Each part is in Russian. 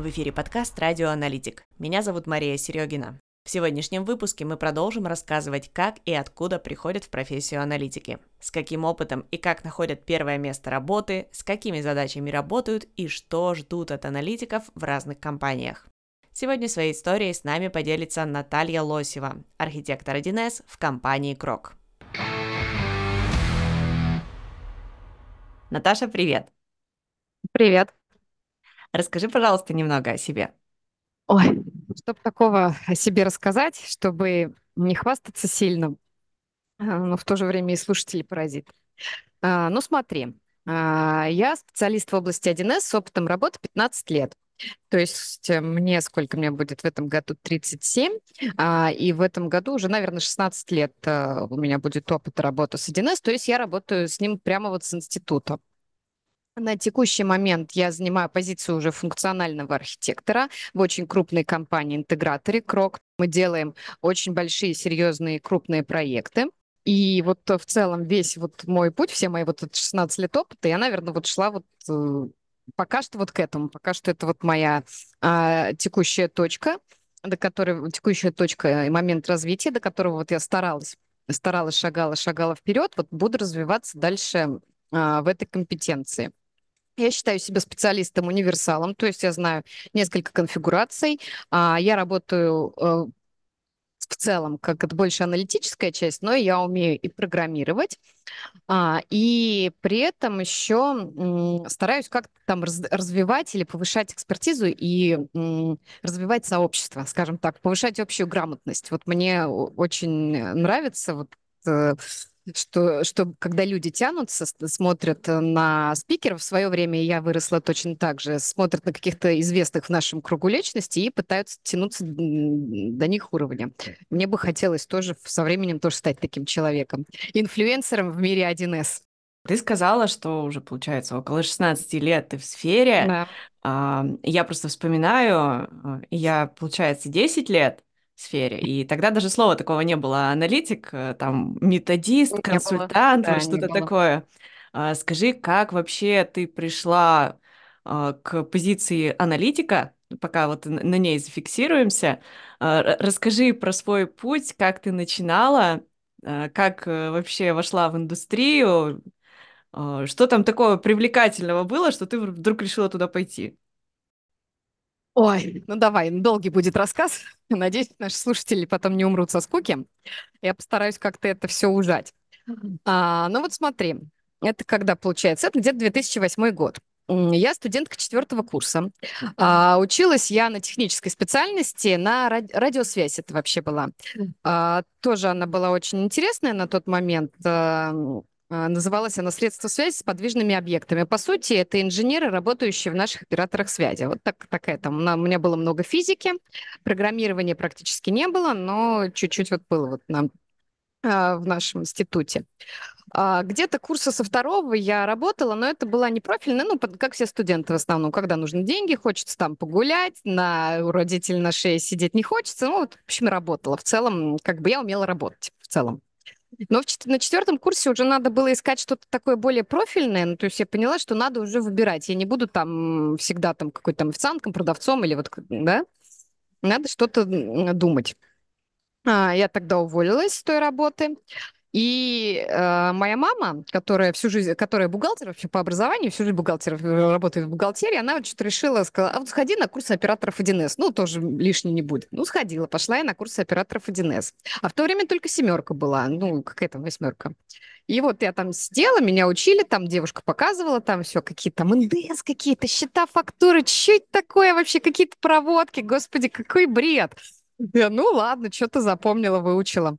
В эфире подкаст «Радио Аналитик». Меня зовут Мария Серегина. В сегодняшнем выпуске мы продолжим рассказывать, как и откуда приходят в профессию аналитики, с каким опытом и как находят первое место работы, с какими задачами работают и что ждут от аналитиков в разных компаниях. Сегодня своей историей с нами поделится Наталья Лосева, архитектор 1С в компании Крок. Наташа, привет! Привет. Расскажи, пожалуйста, немного о себе. Ой, чтобы такого о себе рассказать, чтобы не хвастаться сильно, но в то же время и слушателей поразит. Ну, смотри, я специалист в области 1С с опытом работы 15 лет. То есть мне будет в этом году 37, и в этом году уже, наверное, 16 лет у меня будет опыт работы с 1С, то есть я работаю с ним прямо вот с института. На текущий момент я занимаю позицию уже функционального архитектора в очень крупной компании-интеграторе Крок. Мы делаем очень большие, серьезные, крупные проекты. И вот в целом весь вот мой путь, все мои вот 16 лет опыта, я, наверное, вот шла вот пока что вот к этому. Пока что это вот моя текущая точка, текущая точка и момент развития, до которого вот я старалась, шагала вперед, вот буду развиваться дальше в этой компетенции. Я считаю себя специалистом-универсалом, то есть я знаю несколько конфигураций. Я работаю в целом, как это больше аналитическая часть, но я умею и программировать, и при этом еще стараюсь как-то там развивать или повышать экспертизу и развивать сообщество, скажем так, повышать общую грамотность. Вот мне очень нравится вот что когда люди тянутся, смотрят на спикеров, в свое время я выросла точно так же, смотрят на каких-то известных в нашем кругу личностей и пытаются тянуться до них уровня. Мне бы хотелось тоже со временем тоже стать таким человеком. Инфлюенсером в мире 1С. Ты сказала, что уже, получается, около 16 лет ты в сфере. Да, Я просто вспоминаю, я, получается, 10 лет в сфере, и тогда даже слова такого не было. Аналитик, там, методист, не было. консультант, вот Да, не что-то было. такое. Скажи, как вообще ты пришла к позиции аналитика, пока вот на ней зафиксируемся. Расскажи про свой путь, как ты начинала, как вообще вошла в индустрию, что там такого привлекательного было, что ты вдруг решила туда пойти? Ой, ну давай, долгий будет рассказ. Надеюсь, наши слушатели потом не умрут со скуки. Я постараюсь как-то это все ужать. Ну вот смотри, это когда получается? Это где-то 2008 год. Я студентка 4 курса. Училась я на технической специальности, на радиосвязь это вообще была. Тоже она была очень интересная на тот момент. Называлась она «Средства связи с подвижными объектами». По сути, это инженеры, работающие в наших операторах связи. Вот такая там. У меня было много физики, программирования практически не было, но чуть-чуть вот было вот нам в нашем институте. Где-то курса со второго я работала, но это была не профильная, ну, как все студенты в основном, когда нужны деньги, хочется там погулять, у родителей на шее сидеть не хочется. Ну, вот, в общем, работала. В целом, как бы я умела работать в целом. Но на 4 курсе уже надо было искать что-то такое более профильное. Ну, то есть я поняла, что надо уже выбирать. Я не буду там всегда там какой-то там официантком, продавцом или вот, да? Надо что-то думать. Я тогда уволилась с той работы. И моя мама, которая всю жизнь, которая бухгалтер вообще по образованию, всю жизнь бухгалтер, работает в бухгалтерии, она вот что-то решила, сказала, а вот сходи на курсы операторов 1С. Ну, тоже лишней не будет. Ну, сходила, пошла я на курсы операторов 1С. А в то время только 7 была, ну, какая там 8. И вот я там сидела, меня учили, там девушка показывала, там все, какие-то там НДС какие-то, счета, фактуры, что это такое вообще, какие-то проводки, господи, какой бред. Я, ну, ладно, что-то запомнила, выучила.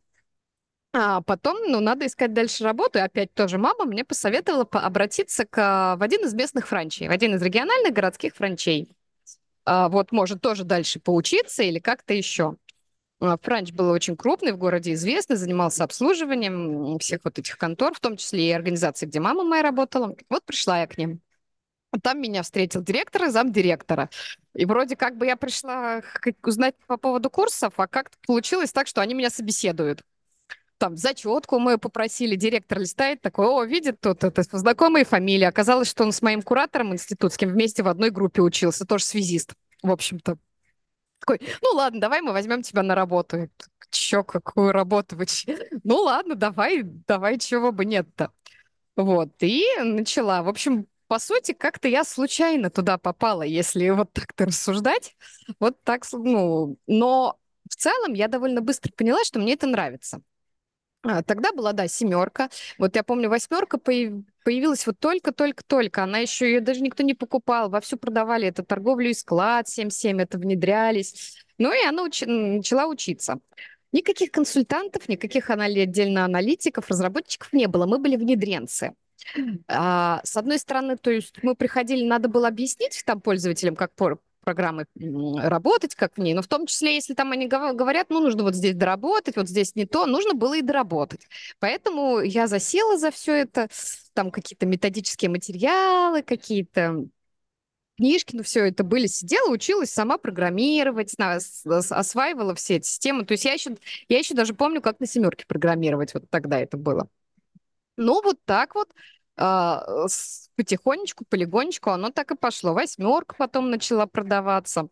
А потом, ну, надо искать дальше работу. И опять тоже мама мне посоветовала обратиться в один из местных франчей, в один из региональных городских франчей. Вот, может, тоже дальше поучиться или как-то еще. Франч был очень крупный, в городе известный, занимался обслуживанием всех вот этих контор, в том числе и организации, где мама моя работала. Вот пришла я к ним. Там меня встретил директор и замдиректора. И вроде как бы я пришла узнать по поводу курсов, а как-то получилось так, что они меня собеседуют. Там зачетку мы попросили, директор листает, такой, о, видит тут это знакомые фамилии. Оказалось, что он с моим куратором институтским вместе в одной группе учился, тоже связист. в общем-то. Такой, ну ладно, давай мы возьмем тебя на работу. Я так, чё, какую работу вы? Ну ладно, давай, чего бы нет-то. Вот, и начала. В общем, по сути, как-то я случайно туда попала, если вот так-то рассуждать. Вот так, ну, но в целом я довольно быстро поняла, что мне это нравится. Тогда была, да, семерка. Вот я помню, восьмерка появилась вот только-только-только. Она еще, ее даже никто не покупал. Вовсю продавали это торговлю и склад 7.7, это внедрялись. Ну и она начала учиться. Никаких консультантов, никаких отдельно аналитиков, разработчиков не было. Мы были внедренцы. С одной стороны, то есть мы приходили, надо было объяснить там пользователям, как программы работать, как в ней, но в том числе, если там они говорят, ну, нужно вот здесь доработать, вот здесь не то, нужно было и доработать. Поэтому я засела за все это, там какие-то методические материалы, какие-то книжки, ну, все это были, сидела, училась сама программировать, осваивала все эти системы. То есть я еще даже помню, как на семерке программировать, вот тогда это было. Ну, вот так вот, потихонечку, полигонечку оно так и пошло. Восьмерка потом начала продаваться.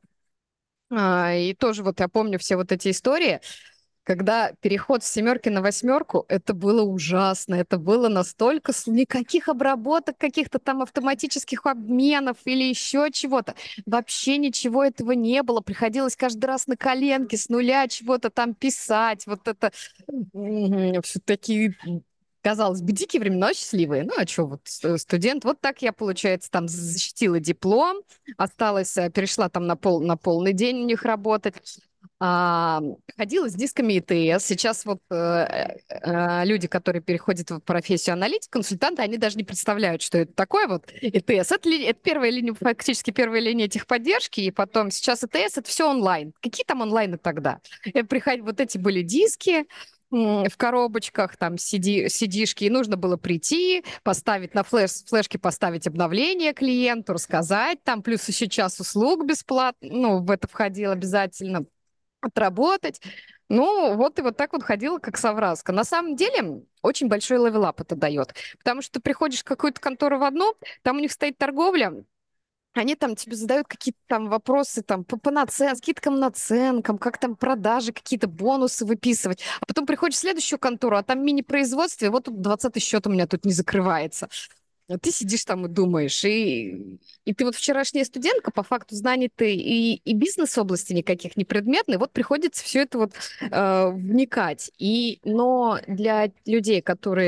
И тоже вот я помню все вот эти истории, когда переход с семерки на восьмерку, это было ужасно. Это было настолько никаких обработок, каких-то там автоматических обменов или еще чего-то. Вообще ничего этого не было. Приходилось каждый раз на коленке с нуля чего-то там писать. Вот это все такие, казалось бы, дикие времена, счастливые. Ну, а что, вот студент. Вот так я, получается, там защитила диплом, осталась, перешла там на полный день у них работать. Ходила с дисками ИТС. Сейчас вот люди, которые переходят в профессию аналитика, консультанта, они даже не представляют, что это такое. Вот ИТС — это первая линия, фактически первая линия техподдержки, и потом сейчас ИТС — это все онлайн. Какие там онлайны тогда? Вот эти были диски, в коробочках, там CD-шки, и нужно было прийти, поставить на флешке поставить обновление клиенту, рассказать, там плюс еще час услуг бесплатно, ну, в это входило обязательно, отработать. Ну, вот и вот так вот ходила, как совраска. На самом деле, очень большой левелап это дает, потому что ты приходишь в какую-то контору в одну, там у них стоит торговля, они там тебе задают какие-то там вопросы там по скидкам, наценкам, как там продажи, какие-то бонусы выписывать. А потом приходишь в следующую контору, а там мини-производство, и вот тут 20-й счет у меня тут не закрывается. А ты сидишь там и думаешь, и ты вот вчерашняя студентка, по факту знаний ты и бизнес-области никаких не предметной, вот приходится все это вот вникать. Но для людей,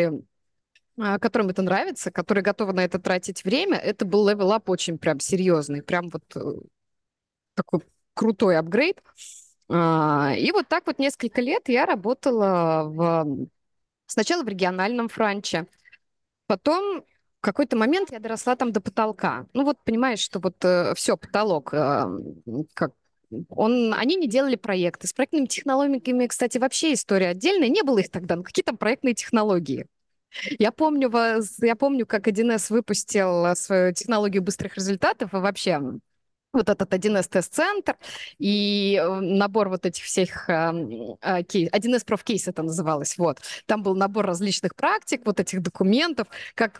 которым это нравится, которые готовы на это тратить время, это был левел-ап очень прям серьезный, прям вот такой крутой апгрейд. И вот так вот несколько лет я работала сначала в региональном франче, потом в какой-то момент я доросла там до потолка. Ну вот понимаешь, что вот все, потолок, как они не делали проекты. С проектными технологиями, кстати, вообще история отдельная. Не было их тогда. Ну, какие там проектные технологии? Я помню, как 1С выпустил свою технологию быстрых результатов, и вообще вот этот 1С тест-центр и набор вот этих всех 1С профкейс это называлось, вот. Там был набор различных практик, вот этих документов,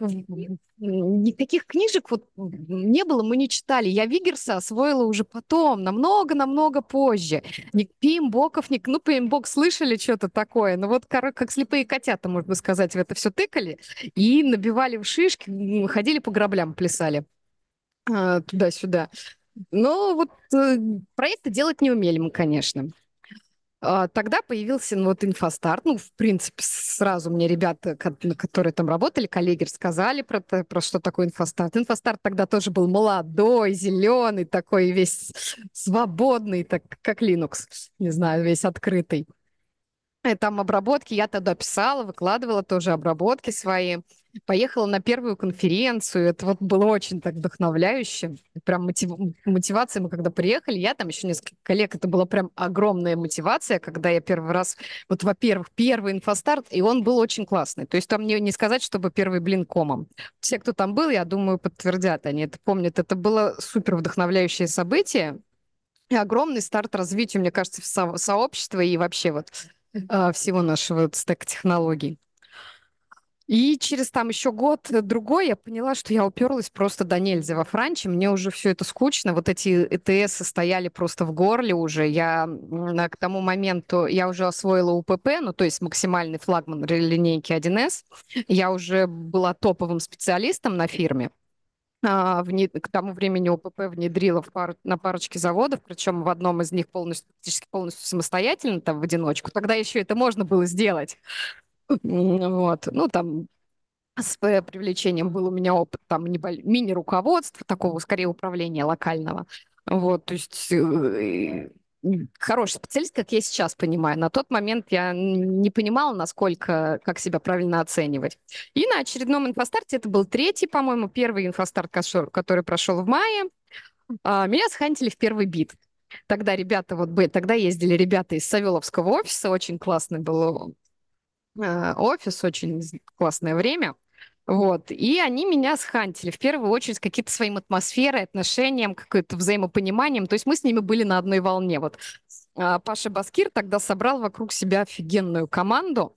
никаких книжек вот не было, мы не читали. Я Вигерса освоила уже потом, намного-намного позже. Ни PMBOK, ну, PMBOK слышали что-то такое, но вот как слепые котята, можно сказать, в это все тыкали и набивали в шишки, ходили по граблям, плясали туда-сюда. Но вот проекты делать не умели мы, конечно. Тогда появился ну, вот инфостарт. Ну, в принципе, сразу мне ребята, которые там работали, коллеги рассказали про что такое инфостарт. Инфостарт тогда тоже был молодой, зеленый, такой весь свободный, так как Linux, не знаю, весь открытый. И там обработки я тогда писала, выкладывала тоже обработки свои. Поехала на первую конференцию. Это вот было очень так вдохновляюще. Прям мотивация. Мы когда приехали, я там еще несколько коллег, это была прям огромная мотивация, когда я первый раз, вот, во-первых, первый инфостарт, и он был очень классный. То есть там не сказать, чтобы первый блин комом. Все, кто там был, я думаю, подтвердят, они это помнят. Это было супер вдохновляющее событие и огромный старт развитию, мне кажется, сообщества и вообще вот всего нашего стека технологий. И через там еще год-другой я поняла, что я уперлась просто до нельзя во Франче. Мне уже все это скучно. Вот эти ЭТС стояли просто в горле уже. К тому моменту я уже освоила УПП, ну то есть максимальный флагман линейки 1С. Я уже была топовым специалистом на фирме. К тому времени ОПП внедрила на парочке заводов, причем в одном из них практически полностью самостоятельно, там, в одиночку. Тогда еще это можно было сделать. Вот. Ну, там с привлечением был у меня опыт там мини-руководства, такого скорее управления локального. Вот, то есть хороший специалист, как я сейчас понимаю. На тот момент я не понимала, насколько, как себя правильно оценивать. И на очередном инфостарте, это был третий, по-моему, первый инфостарт, который прошел в мае, меня схантили в первый бит. Тогда ездили ребята из Савеловского офиса, очень классный был офис, очень классное время. Вот. И они меня схантили в первую очередь какие-то своим атмосферой, отношением, какое-то взаимопониманием. То есть мы с ними были на одной волне. Вот Паша Баскир тогда собрал вокруг себя офигенную команду.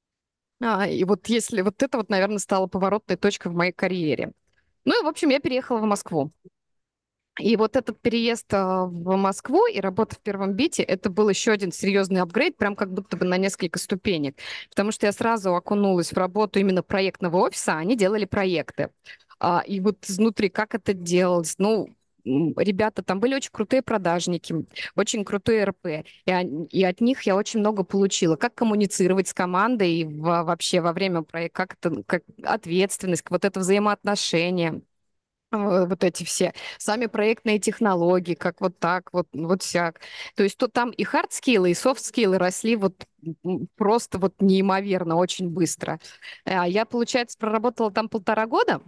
И вот если вот это вот, наверное, стало поворотной точкой в моей карьере. Ну и, в общем, я переехала в Москву. И вот этот переезд в Москву и работа в первом бите, это был еще один серьезный апгрейд, прям как будто бы на несколько ступенек. Потому что я сразу окунулась в работу именно проектного офиса, они делали проекты. И вот изнутри, как это делалось, ну, ребята там были очень крутые продажники, очень крутые РП, и от них я очень много получила. Как коммуницировать с командой вообще во время проекта, как ответственность, вот это взаимоотношение. Вот эти все, сами проектные технологии, как вот так, вот сяк. То есть то там и хард-скиллы, и софт-скиллы росли вот просто вот неимоверно, очень быстро. Я, получается, проработала там 1,5 года,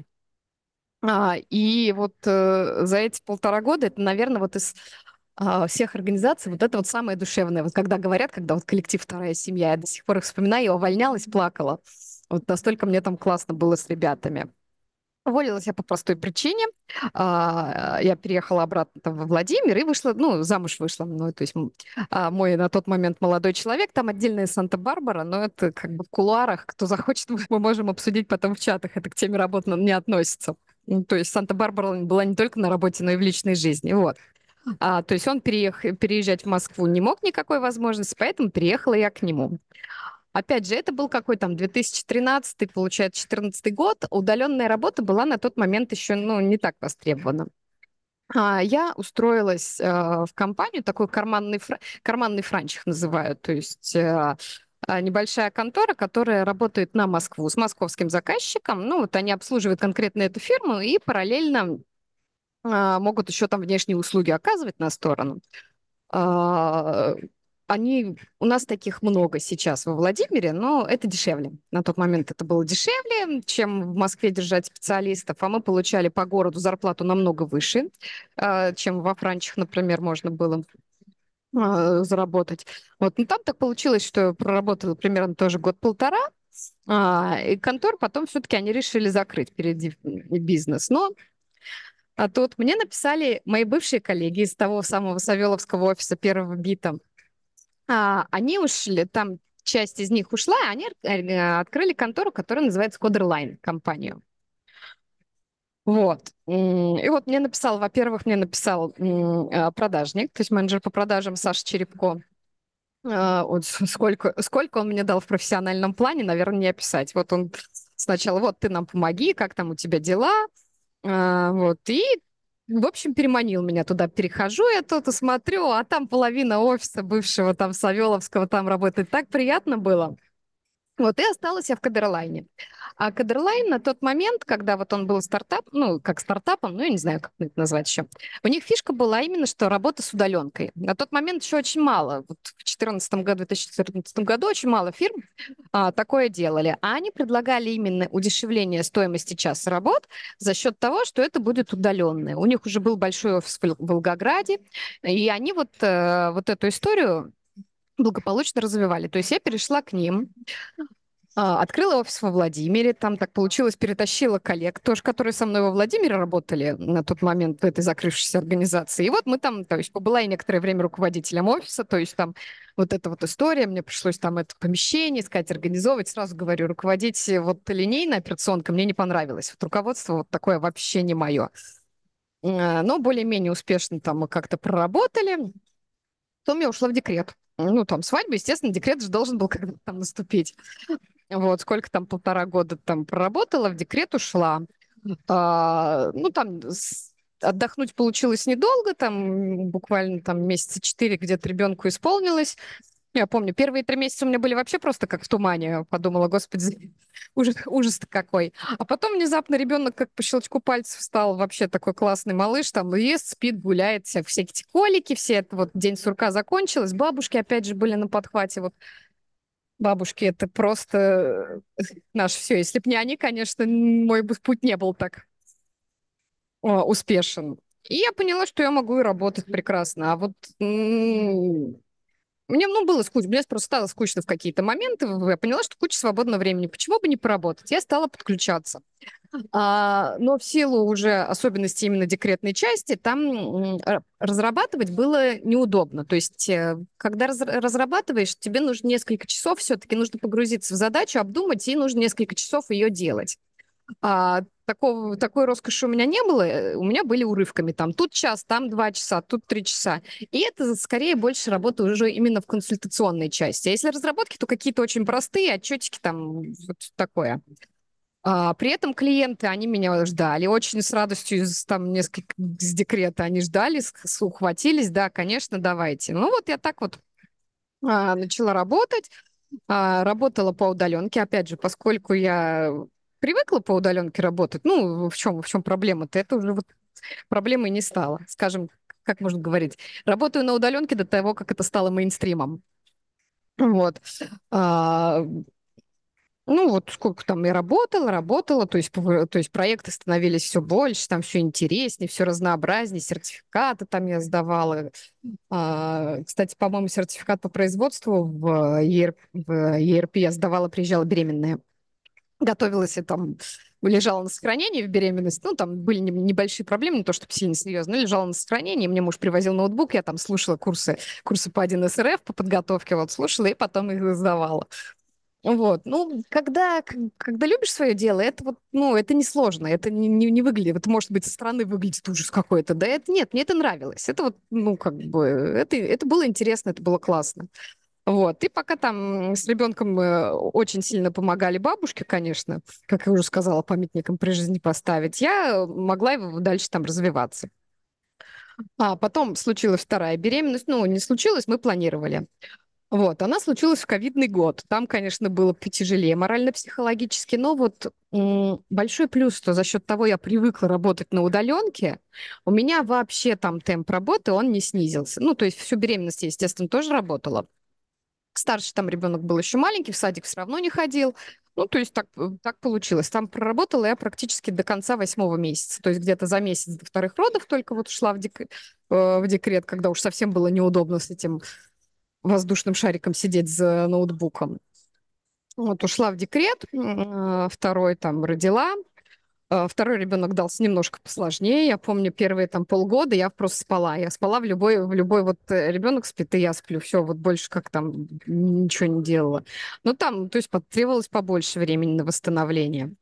и вот за эти 1,5 года это, наверное, вот из всех организаций вот это вот самое душевное. Вот когда говорят, когда вот коллектив «Вторая семья», я до сих пор их вспоминаю, я увольнялась, плакала. Вот настолько мне там классно было с ребятами. Уволилась я по простой причине. Я переехала обратно там во Владимир и вышла, ну, замуж вышла. Ну, то есть мой на тот момент молодой человек, там отдельная Санта-Барбара, но это как бы в кулуарах. Кто захочет, мы можем обсудить потом в чатах. Это к теме работы не относится. Ну, то есть Санта-Барбара была не только на работе, но и в личной жизни. Вот. То есть он переезжать в Москву не мог никакой возможности, поэтому переехала я к нему. Опять же, это был какой там 2013, получается, 2014 год. Удаленная работа была на тот момент еще, ну, не так востребована. Я устроилась в компанию, такой карманный франч их называют, то есть небольшая контора, которая работает на Москву с московским заказчиком. Ну, вот они обслуживают конкретно эту фирму и параллельно могут еще там внешние услуги оказывать на сторону. А, у нас таких много сейчас во Владимире, но это дешевле. На тот момент это было дешевле, чем в Москве держать специалистов, а мы получали по городу зарплату намного выше, чем во Франчах, например, можно было заработать. Вот, ну, там так получилось, что я проработала примерно тоже год-полтора, и контор потом все-таки они решили закрыть впереди бизнес. Но тут мне написали мои бывшие коллеги из того самого Савеловского офиса первого бита. Они ушли, там часть из них ушла, и они открыли контору, которая называется Coderline, компанию. Вот. И вот во-первых, мне написал продажник, то есть менеджер по продажам Саша Черепко. Вот сколько он мне дал в профессиональном плане, наверное, не описать. Вот он сначала, вот ты нам помоги, как там у тебя дела, вот, и в общем, переманил меня туда. Перехожу я тут и смотрю, а там половина офиса бывшего там Савеловского там работает. Так приятно было. Вот, и осталась я в Кадерлайне. А Кадерлайн на тот момент, когда вот он был стартап, ну, как стартапом, ну, я не знаю, как это назвать еще, у них фишка была именно, что работа с удаленкой. На тот момент еще очень мало. Вот в 2014 году очень мало фирм такое делали. А они предлагали именно удешевление стоимости часа работ за счет того, что это будет удаленное. У них уже был большой офис в Волгограде, и они вот эту историю благополучно развивали. То есть я перешла к ним. Открыла офис во Владимире, там так получилось, перетащила коллег, тоже, которые со мной во Владимире работали на тот момент в этой закрывшейся организации. И вот мы там, то есть побыла и некоторое время руководителем офиса, то есть там вот эта вот история, мне пришлось там это помещение искать, организовывать. Сразу говорю, руководить вот линейной операционкой мне не понравилось. Вот руководство вот такое вообще не мое. Но более-менее успешно там мы как-то проработали. Потом я ушла в декрет. Ну, там свадьба, естественно, декрет же должен был когда-то там наступить. Вот, сколько там, 1,5 года там проработала, в декрет ушла. Ну, там отдохнуть получилось недолго, там буквально там месяца 4 где-то ребенку исполнилось. Я помню, первые 3 месяца у меня были вообще просто как в тумане. Я подумала, господи, ужас-то какой. А потом внезапно ребенок как по щелчку пальцев стал вообще такой классный малыш, там ест, спит, гуляет, все эти колики, все это вот день сурка закончилось. Бабушки опять же были на подхвате. Вот бабушки это просто наше все. Если б не они, конечно, мой бы путь не был так успешен. И я поняла, что я могу и работать прекрасно. А вот мне, ну, было скучно, мне просто стало скучно в какие-то моменты. Я поняла, что куча свободного времени. Почему бы не поработать? Я стала подключаться. Но в силу уже особенностей именно декретной части, там разрабатывать было неудобно. То есть, когда разрабатываешь, тебе нужно несколько часов, все-таки нужно погрузиться в задачу, обдумать, и нужно несколько часов ее делать. Такой роскоши у меня не было. У меня были урывками. Там тут час, там 2 часа, тут 3 часа. И это скорее больше работа уже именно в консультационной части. А если разработки, то какие-то очень простые отчетики там, вот такое. При этом клиенты, они меня ждали очень с радостью, там несколько с декрета они ждали, ухватились, да, конечно, давайте. Ну вот я так вот начала работать. Работала по удаленке, опять же, поскольку я привыкла по удаленке работать, ну, в чем проблема-то? Это уже вот проблемой не стало, скажем, как можно говорить. Работаю на удаленке до того, как это стало мейнстримом. Вот. А, ну, вот сколько там я работала, то есть проекты становились все больше, там все интереснее, все разнообразнее, сертификаты там я сдавала. Кстати, по-моему, сертификат по производству в ERP я сдавала, приезжала беременная. Готовилась и там лежала на сохранении в беременность. Ну, там были небольшие проблемы, не то чтобы сильно серьезно, но лежала на сохранении. Мне муж привозил ноутбук, я там слушала курсы по 1С РФ по подготовке, вот слушала и потом их сдавала. Вот, ну, когда любишь свое дело, это вот, ну, это несложно, это не выглядит, это, может быть, со стороны выглядит ужас какой-то, да, это нет, мне это нравилось, это вот, ну, как бы, это было интересно, это было классно. Вот, и пока там с ребенком очень сильно помогали бабушке, конечно, как я уже сказала, памятником при жизни поставить, я могла его дальше там развиваться. Потом случилась вторая беременность, ну, не случилось, мы планировали. Вот, она случилась в ковидный год. Там, конечно, было потяжелее морально-психологически, но вот большой плюс, что за счет того я привыкла работать на удаленке, у меня вообще там темп работы, он не снизился. Ну, то есть всю беременность я, естественно, тоже работала. Старший там ребенок был еще маленький, в садик все равно не ходил. Ну, то есть так получилось. Там проработала я практически до конца 8 месяца. То есть где-то за месяц до вторых родов только вот ушла в декрет, когда уж совсем было неудобно с этим воздушным шариком сидеть за ноутбуком. Вот ушла в декрет, второй там родила. Второй ребенок дался немножко посложнее. Я помню, первые там полгода я просто спала. Я спала в любой вот ребенок спит, и я сплю. Все, вот больше как там ничего не делала. Но там, то есть потребовалось побольше времени на восстановление.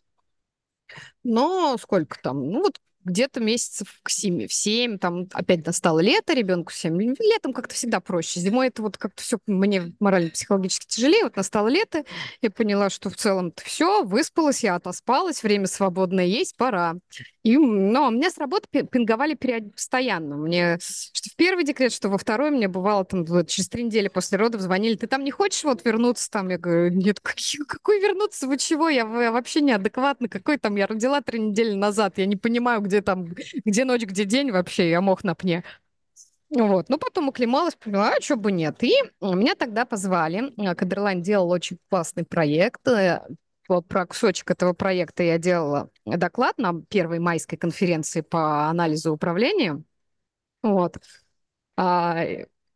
Но сколько там? Ну, вот где-то месяцев к 7, в 7, там опять настало лето, ребенку 7. Летом как-то всегда проще. Зимой это вот как-то все мне морально-психологически тяжелее. Вот настало лето, я поняла, что в целом-то все, выспалась, я отоспалась, время свободное есть, пора. Но меня с работы пинговали постоянно. Мне что в первый декрет, что во второй, мне бывало там вот, через 3 недели после родов звонили, ты там не хочешь вот вернуться там? Я говорю, нет, какой вернуться, вы чего? Я вообще неадекватна, какой там, я родила 3 недели назад, я не понимаю, где там, где ночь, где день вообще, я мох на пне. Вот, ну потом оклемалась, поняла, а что бы нет. И меня тогда позвали, Кадрлайн делал очень классный проект, про кусочек этого проекта я делала доклад на первой майской конференции по анализу управления. Вот. А,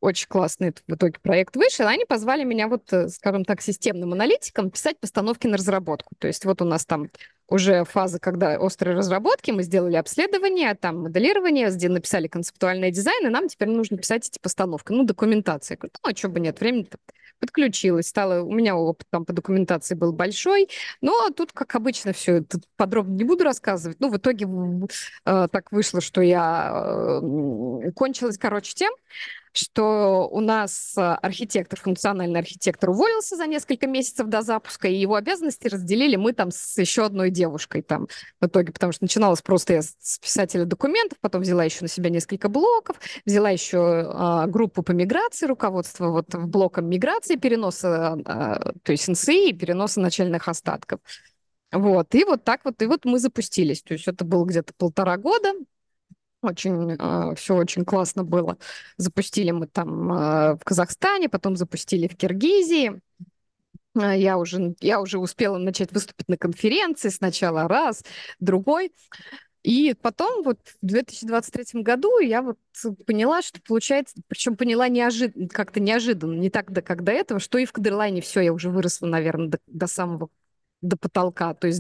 очень классный в итоге проект вышел. Они позвали меня вот, скажем так, системным аналитиком писать постановки на разработку. То есть вот у нас там уже фаза, когда острые разработки, мы сделали обследование, там моделирование, написали концептуальный дизайн, и нам теперь нужно писать эти постановки, ну, документация. Я говорю, ну, а что бы нет, времени-то подключилась, стала, у меня опыт там по документации был большой, но тут, как обычно, все это подробно не буду рассказывать. Ну, в итоге так вышло, что я кончилась, короче, тем, что у нас архитектор, функциональный архитектор уволился за несколько месяцев до запуска, и его обязанности разделили мы там с еще одной девушкой там в итоге, потому что начиналось просто я с писателя документов, потом взяла еще на себя несколько блоков, взяла еще группу по миграции, руководство вот блоком миграции, переноса, то есть НСИ и переноса начальных остатков. Вот, и вот так вот, и вот мы запустились. То есть это было где-то 1,5 года, очень, все очень классно было. Запустили мы там в Казахстане, потом запустили в Киргизии. Я уже успела начать выступить на конференции сначала раз, другой. И потом вот в 2023 году я вот поняла, что получается, причем поняла как-то неожиданно, не так, как до этого, что и в Кадерлайне все, я уже выросла, наверное, до самого, до потолка. То есть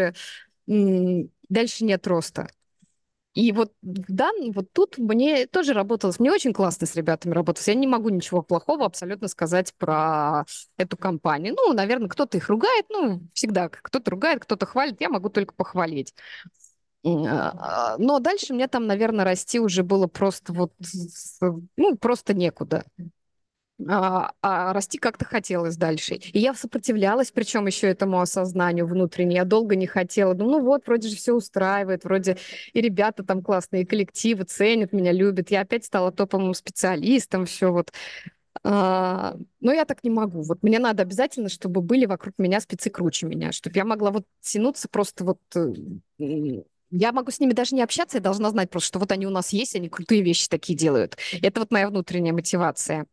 дальше нет роста. И вот, да, вот тут мне тоже работалось, мне очень классно с ребятами работалось. Я не могу ничего плохого абсолютно сказать про эту компанию. Ну, наверное, кто-то их ругает, ну, всегда кто-то ругает, кто-то хвалит, я могу только похвалить. Но дальше мне там, наверное, расти уже было просто вот, ну, просто некуда. А расти как-то хотелось дальше. И я сопротивлялась, причем еще этому осознанию внутренне. Я долго не хотела. Думаю, ну вот, вроде же все устраивает, вроде и ребята там классные, и коллективы ценят меня, любят. Я опять стала топовым специалистом, все вот. Но я так не могу. Вот мне надо обязательно, чтобы были вокруг меня спецы круче меня, чтобы я могла вот тянуться просто вот... Я могу с ними даже не общаться, я должна знать просто, что вот они у нас есть, они крутые вещи такие делают. Это вот моя внутренняя мотивация.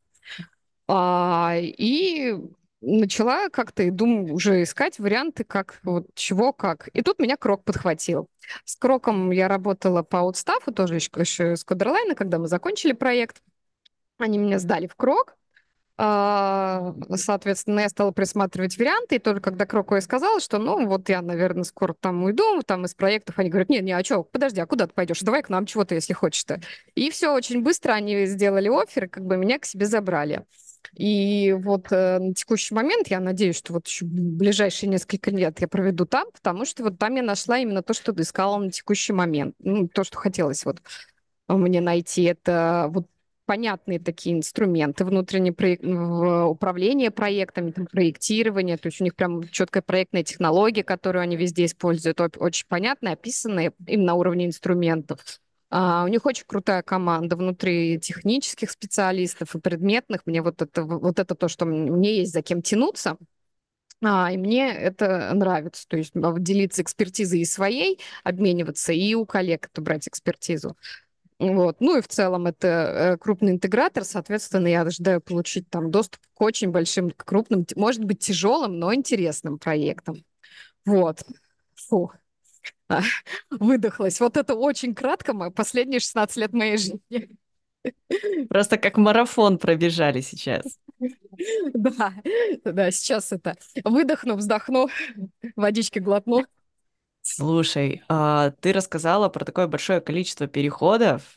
И начала как-то, думаю, уже искать варианты, как, вот, чего, как. И тут меня Крок подхватил. С Кроком я работала по аутстафу, тоже еще с Кодерлайна, когда мы закончили проект. Они меня сдали в Крок. Соответственно, я стала присматривать варианты, и тоже когда Кроку я сказала, что, ну, вот я, наверное, скоро там уйду, там из проектов, они говорят, не, а что, подожди, а куда ты пойдешь? Давай к нам чего-то, если хочешь-то. И все, очень быстро они сделали оффер, и как бы меня к себе забрали. И вот на текущий момент я надеюсь, что вот еще ближайшие несколько лет я проведу там, потому что вот там я нашла именно то, что искала на текущий момент. Ну, то, что хотелось вот мне найти. Это вот понятные такие инструменты внутреннее управление проектами, там, проектирование. То есть у них прям четкая проектная технология, которую они везде используют, очень понятная, описанная именно на уровне инструментов. У них очень крутая команда внутри технических специалистов и предметных. Мне вот это то, что мне есть за кем тянуться. И мне это нравится. То есть вот делиться экспертизой и своей, обмениваться, и у коллег это брать экспертизу. Вот. Ну и в целом это крупный интегратор, соответственно, я ожидаю получить там доступ к очень большим, крупным, может быть, тяжелым, но интересным проектам. Вот. Фу. А, Выдохлась. Вот это очень кратко, последние 16 лет моей жизни. Просто как марафон пробежали сейчас. Да, да, сейчас это выдохну, вздохну, водички глотну. Слушай, ты рассказала про такое большое количество переходов.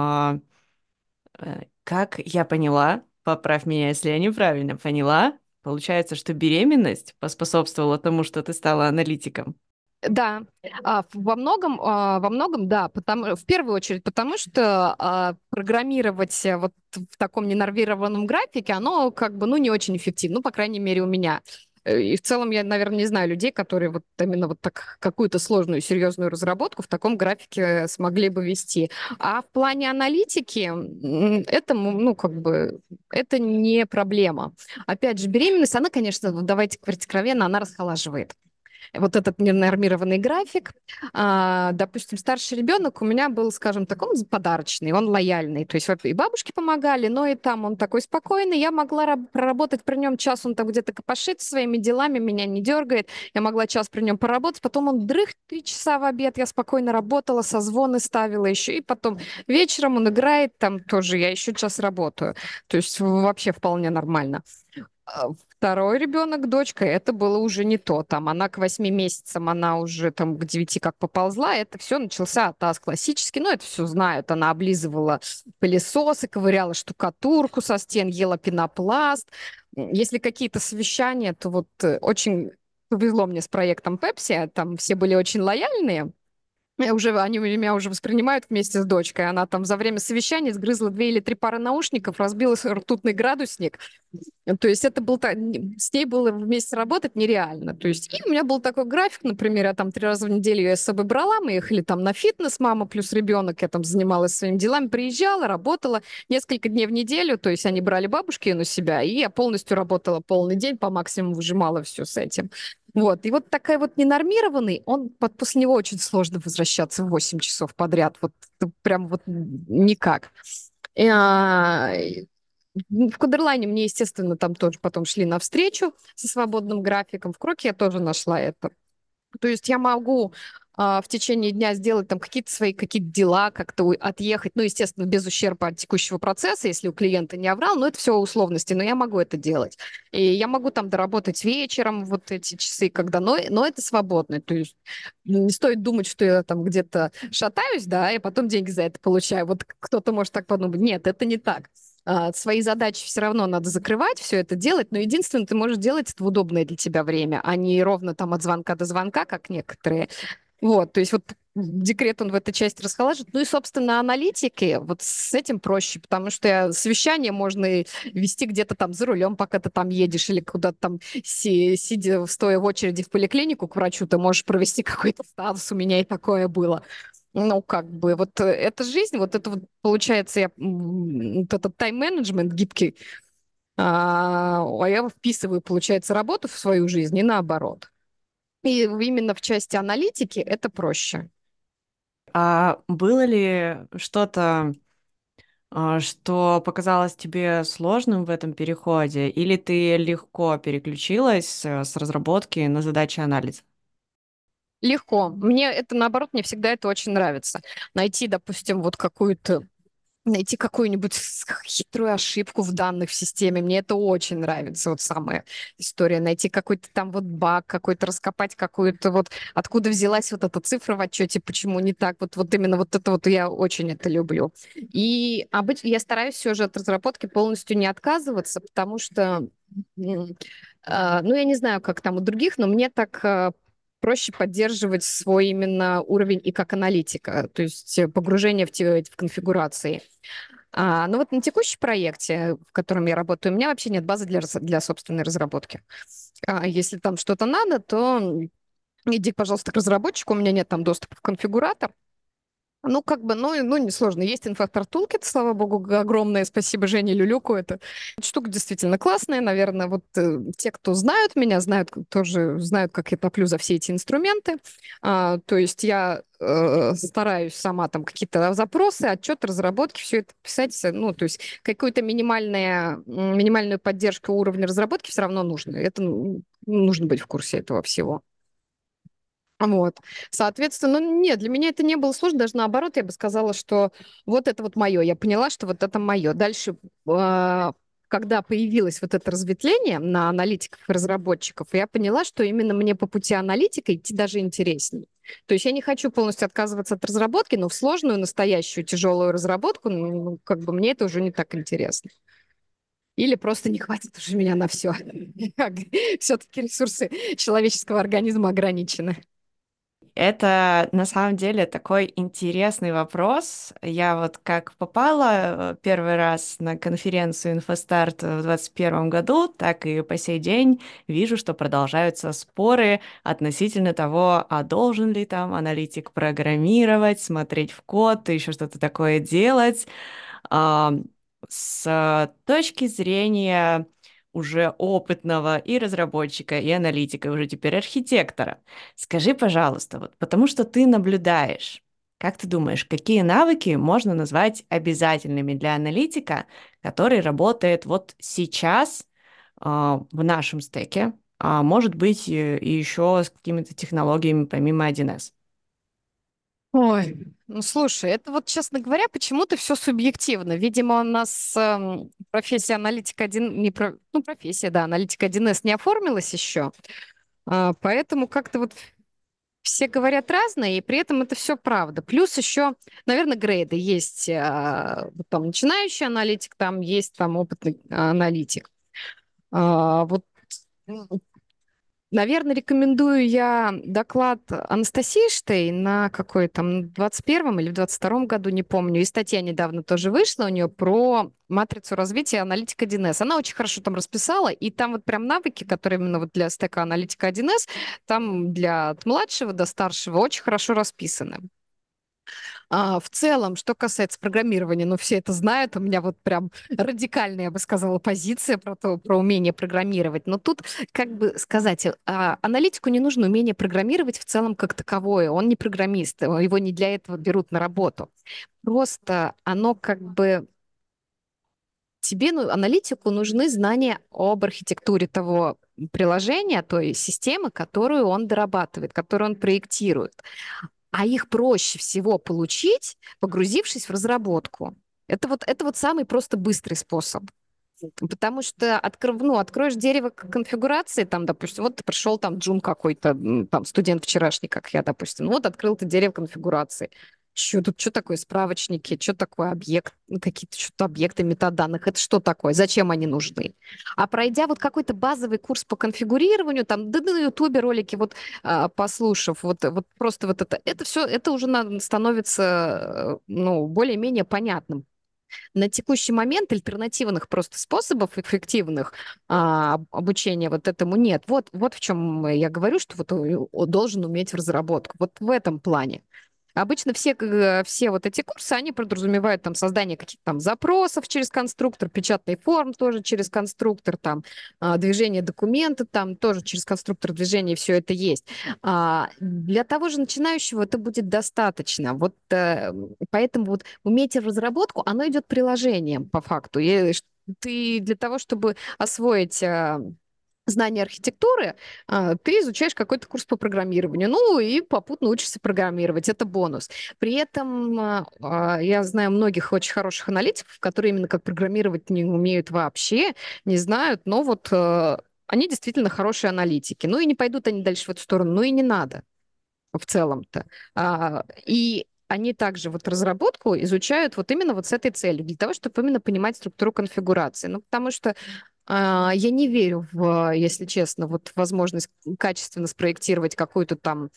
Как я поняла, поправь меня, если я неправильно поняла, получается, что беременность поспособствовала тому, что ты стала аналитиком. Да, во многом, да, в первую очередь, потому что программировать вот в таком ненормированном графике, оно как бы, ну, не очень эффективно, ну, по крайней мере, у меня. И в целом я, наверное, не знаю людей, которые вот именно вот так какую-то сложную, серьезную разработку в таком графике смогли бы вести. А в плане аналитики это, ну, как бы, это не проблема. Опять же, беременность, она, конечно, давайте говорить откровенно, она расхолаживает. вот этот ненормированный график. Допустим, старший ребенок у меня был, скажем так, он подарочный, он лояльный. То есть вот и бабушки помогали, но и там он такой спокойный. Я могла проработать при нем час, он там где-то копошится своими делами, меня не дергает. Я могла час при нем поработать, потом он дрых 3 часа в обед, я спокойно работала, созвоны ставила еще, и потом вечером он играет, там тоже я еще час работаю. То есть вообще вполне нормально. Второй ребенок, дочка, это было уже не то. Там она к 8 месяцам, она уже там к 9 как поползла. Это все начался атас классический. Ну, это все знают. Она облизывала пылесосы, ковыряла штукатурку со стен, ела пенопласт. Если какие-то совещания, то вот очень повезло мне с проектом Пепси. Там все были очень лояльные. Они меня уже воспринимают вместе с дочкой. Она там за время совещания сгрызла 2 или 3 пары наушников, разбила ртутный градусник. То есть это был с ней было вместе работать нереально. То есть и у меня был такой график, например, я там 3 раза в неделю я с собой брала, мы ехали там на фитнес, мама плюс ребенок, я там занималась своими делами, приезжала, работала несколько дней в неделю, то есть они брали бабушки на себя, и я полностью работала полный день, по максимуму выжимала все с этим. Вот. И вот такая вот ненормированный, после него очень сложно возвращаться в 8 часов подряд. Вот прям вот никак. В Кудерлайне мне, естественно, там тоже потом шли навстречу со свободным графиком. В Кроке я тоже нашла это. То есть я могу в течение дня сделать там какие-то свои какие-то дела, как-то отъехать, ну, естественно, без ущерба от текущего процесса, если у клиента не оврал, но это все условности, но я могу это делать. И я могу там доработать вечером вот эти часы, но это свободно, то есть не стоит думать, что я там где-то шатаюсь, да, и потом деньги за это получаю. Вот кто-то может так подумать. Нет, это не так. Свои задачи все равно надо закрывать, все это делать, но единственное, ты можешь делать это в удобное для тебя время, а не ровно там от звонка до звонка, как некоторые. Вот, то есть вот декрет он в этой части расхолаживает. Ну и, собственно, аналитики, вот с этим проще, потому что совещание можно и вести где-то там за рулем, пока ты там едешь, или куда-то там, сидя, стоя в очереди в поликлинику к врачу, ты можешь провести какой-то статус, у меня и такое было. Ну, как бы, вот эта жизнь, вот это вот, получается, вот этот тайм-менеджмент гибкий, я вписываю, получается, работу в свою жизнь и наоборот. И именно в части аналитики это проще. А было ли что-то, что показалось тебе сложным в этом переходе, или ты легко переключилась с разработки на задачи анализа? Легко. Наоборот, мне всегда это очень нравится. Найти, допустим, найти какую-нибудь хитрую ошибку в данных в системе. Мне это очень нравится, вот самая история. Найти какой-то там вот баг, какой-то раскопать какую-то вот, откуда взялась вот эта цифра в отчете, почему не так. Вот именно вот это вот я очень это люблю. И обычно я стараюсь все же от разработки полностью не отказываться, потому что, ну, я не знаю, как там у других, но мне так проще поддерживать свой именно уровень и как аналитика, то есть погружение в конфигурации. Но вот на текущем проекте, в котором я работаю, у меня вообще нет базы для собственной разработки. Если там что-то надо, то иди, пожалуйста, к разработчику, у меня нет там доступа в конфигуратор. Ну, как бы, ну, несложно. Есть инфактор Toolkit, слава богу, огромное спасибо Жене Люлюку. Это штука действительно классная. Наверное, вот те, кто знают меня, тоже знают, как я топлю за все эти инструменты. То есть я стараюсь сама там какие-то запросы, отчет, разработки, все это писать. Ну, то есть какую-то минимальную поддержку уровня разработки все равно нужно. Нужно быть в курсе этого всего. Вот. Соответственно, ну, нет, для меня это не было сложно, даже наоборот, я бы сказала, что вот это вот мое. Я поняла, что вот это мое. Дальше, когда появилось вот это разветвление на аналитиков и разработчиков, я поняла, что именно мне по пути аналитика идти даже интереснее. То есть я не хочу полностью отказываться от разработки, но в сложную, настоящую, тяжелую разработку, ну, как бы мне это уже не так интересно. Или просто не хватит уже меня на все. Все-таки ресурсы человеческого организма ограничены. Это на самом деле такой интересный вопрос. Я вот как попала первый раз на конференцию InfoStart в 2021 году, так и по сей день вижу, что продолжаются споры относительно того, а должен ли там аналитик программировать, смотреть в код, еще что-то такое делать. А, С точки зрения уже опытного и разработчика, и аналитика, и уже теперь архитектора. Скажи, пожалуйста, вот потому что ты наблюдаешь, как ты думаешь, какие навыки можно назвать обязательными для аналитика, который работает вот сейчас в нашем стеке, а может быть и еще с какими-то технологиями помимо 1С? Ой, ну слушай, это вот, честно говоря, почему-то все субъективно. Видимо, у нас профессия аналитика один, не про, ну, профессия, да, аналитика 1С не оформилась еще, поэтому как-то вот все говорят разное, и при этом это все правда. Плюс еще, наверное, грейды есть. Вот там начинающий аналитик, там есть там опытный аналитик. Вот, наверное, рекомендую я доклад Анастасии Штейн на какой там 21-м или в 22-м году, не помню. И статья недавно тоже вышла у нее про матрицу развития аналитика 1С. Она очень хорошо там расписала, и там вот прям навыки, которые именно вот для стека аналитика 1С, там для от младшего до старшего очень хорошо расписаны. В целом, что касается программирования, ну, все это знают, у меня вот прям радикальная, я бы сказала, позиция про то, про умение программировать. Но тут, как бы сказать, аналитику не нужно умение программировать в целом как таковое. Он не программист, его не для этого берут на работу. Просто оно как бы тебе, ну, аналитику нужны знания об архитектуре того приложения, той системы, которую он дорабатывает, которую он проектирует. А их проще всего получить, погрузившись в разработку. Это вот самый просто быстрый способ. Потому что откроешь дерево конфигурации, там, допустим, вот ты пришел там джун какой-то, там, студент вчерашний, как я, допустим, ну вот открыл ты дерево конфигурации. Что тут, что такое справочники, что такое объект, ну, какие-то что-то объекты метаданных, это что такое, зачем они нужны? А пройдя вот какой-то базовый курс по конфигурированию, там, да на ютубе ролики, вот послушав, вот просто вот это все, это уже становится, ну, более-менее понятным. На текущий момент альтернативных просто способов эффективных обучения вот этому нет. Вот в чем я говорю, что вот должен уметь в разработку. Вот в этом плане. Обычно все вот эти курсы, они подразумевают там создание каких-то там запросов через конструктор, печатный форм тоже через конструктор, там движение документа там тоже через конструктор движения, все это есть. Для того же начинающего это будет достаточно. Вот поэтому вот умейте в разработку, оно идет приложением по факту. Ты для того, чтобы освоить знание архитектуры, ты изучаешь какой-то курс по программированию, ну и попутно учишься программировать, это бонус. При этом я знаю многих очень хороших аналитиков, которые именно как программировать не умеют вообще, не знают, но вот они действительно хорошие аналитики. Ну и не пойдут они дальше в эту сторону, ну и не надо в целом-то. И они также вот разработку изучают вот именно вот с этой целью, для того, чтобы именно понимать структуру конфигурации. Ну, потому что я не верю в, если честно, вот возможность качественно спроектировать какую-то там,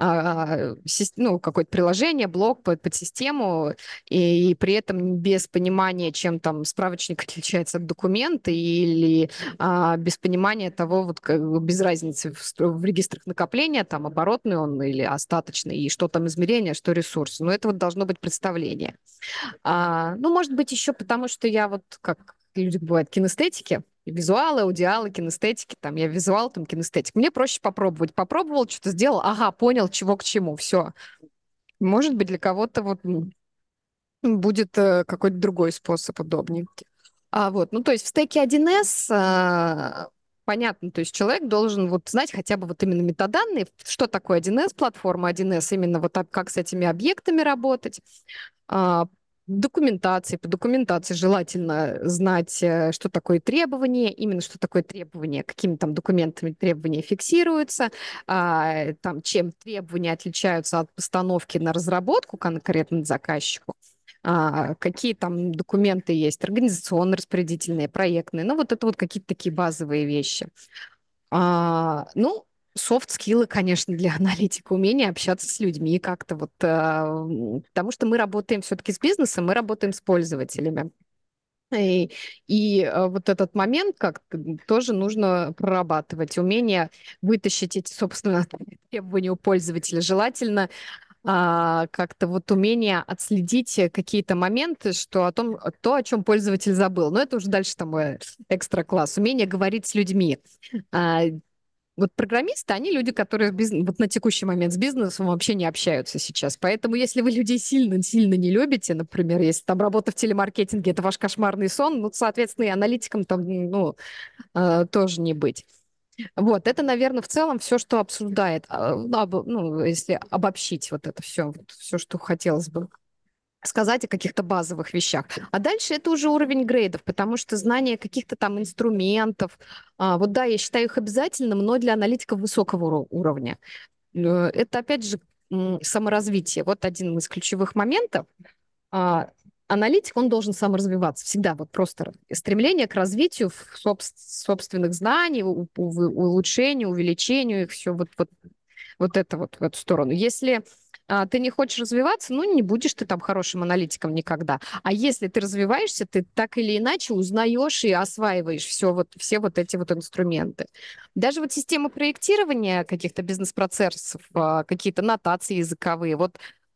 ну, какое-то приложение, блок под систему, и при этом без понимания, чем там справочник отличается от документа, или без понимания того, вот без разницы в регистрах накопления, там оборотный он или остаточный, и что там измерение, что ресурсы. Но это вот должно быть представление. Ну, может быть, еще потому, что я вот, как люди бывают, кинестетики, визуалы, аудиалы, кинестетики, там, я визуал, там, кинестетик. Мне проще попробовать. Попробовал, что-то сделал, ага, понял, чего к чему, все. Может быть, для кого-то вот будет какой-то другой способ удобнее. Вот, ну, то есть в стеке 1С понятно, то есть человек должен вот знать хотя бы вот именно метаданные, что такое 1С, платформа 1С, именно вот так, как с этими объектами работать, а, документации, по документации желательно знать, что такое требование, именно что такое требование, какими там документами требования фиксируются, там, чем требования отличаются от постановки на разработку конкретно заказчику, какие там документы есть, организационно-распорядительные, проектные, ну вот это вот какие-то такие базовые вещи. Ну, софт-скиллы, конечно, для аналитика, умение общаться с людьми как-то вот, потому что мы работаем все-таки с бизнесом, мы работаем с пользователями. И вот этот момент как тоже нужно прорабатывать. Умение вытащить эти, собственно, требования у пользователя. Желательно как-то вот умение отследить какие-то моменты, что то, о чем пользователь забыл. Но это уже дальше там экстра класс. Умение говорить с людьми. А, вот программисты, они люди, которые вот на текущий момент с бизнесом вообще не общаются сейчас. Поэтому если вы людей сильно-сильно не любите, например, если там работа в телемаркетинге — это ваш кошмарный сон, ну, соответственно, и аналитиком там, ну, тоже не быть. Вот, это, наверное, в целом все, что обсуждает, ну, если обобщить вот это все, вот все, что хотелось бы сказать о каких-то базовых вещах. А дальше это уже уровень грейдов, потому что знание каких-то там инструментов, вот да, я считаю их обязательным, но для аналитиков высокого уровня. Это, опять же, саморазвитие. Вот один из ключевых моментов. А, Аналитик, он должен саморазвиваться всегда. Вот просто стремление к развитию собственных знаний, улучшению, увеличению их, все вот это вот в эту сторону. Если ты не хочешь развиваться, ну, не будешь ты там хорошим аналитиком никогда. А если ты развиваешься, ты так или иначе узнаешь и осваиваешь все вот эти вот инструменты. Даже вот система проектирования каких-то бизнес-процессов, какие-то нотации языковые, вот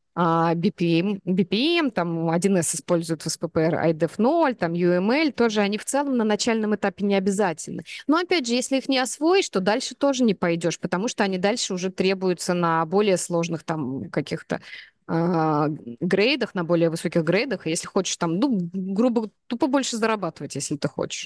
BPM, там 1С используют в СППР, IDEF 0, там UML, тоже они в целом на начальном этапе не обязательны. Но опять же, если их не освоишь, то дальше тоже не пойдешь, потому что они дальше уже требуются на более сложных там каких-то грейдах, на более высоких грейдах. Если хочешь там, ну, грубо, тупо больше зарабатывать, если ты хочешь.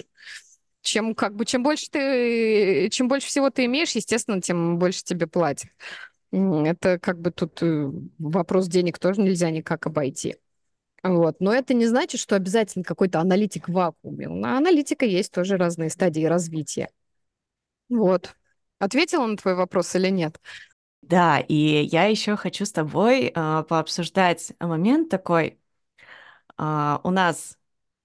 Чем больше всего ты имеешь, естественно, тем больше тебе платят. Это как бы тут вопрос денег тоже нельзя никак обойти. Вот. Но это не значит, что обязательно какой-то аналитик в вакууме. У аналитика есть тоже разные стадии развития. Вот. Ответила на твой вопрос или нет? Да, и я еще хочу с тобой пообсуждать момент такой. У нас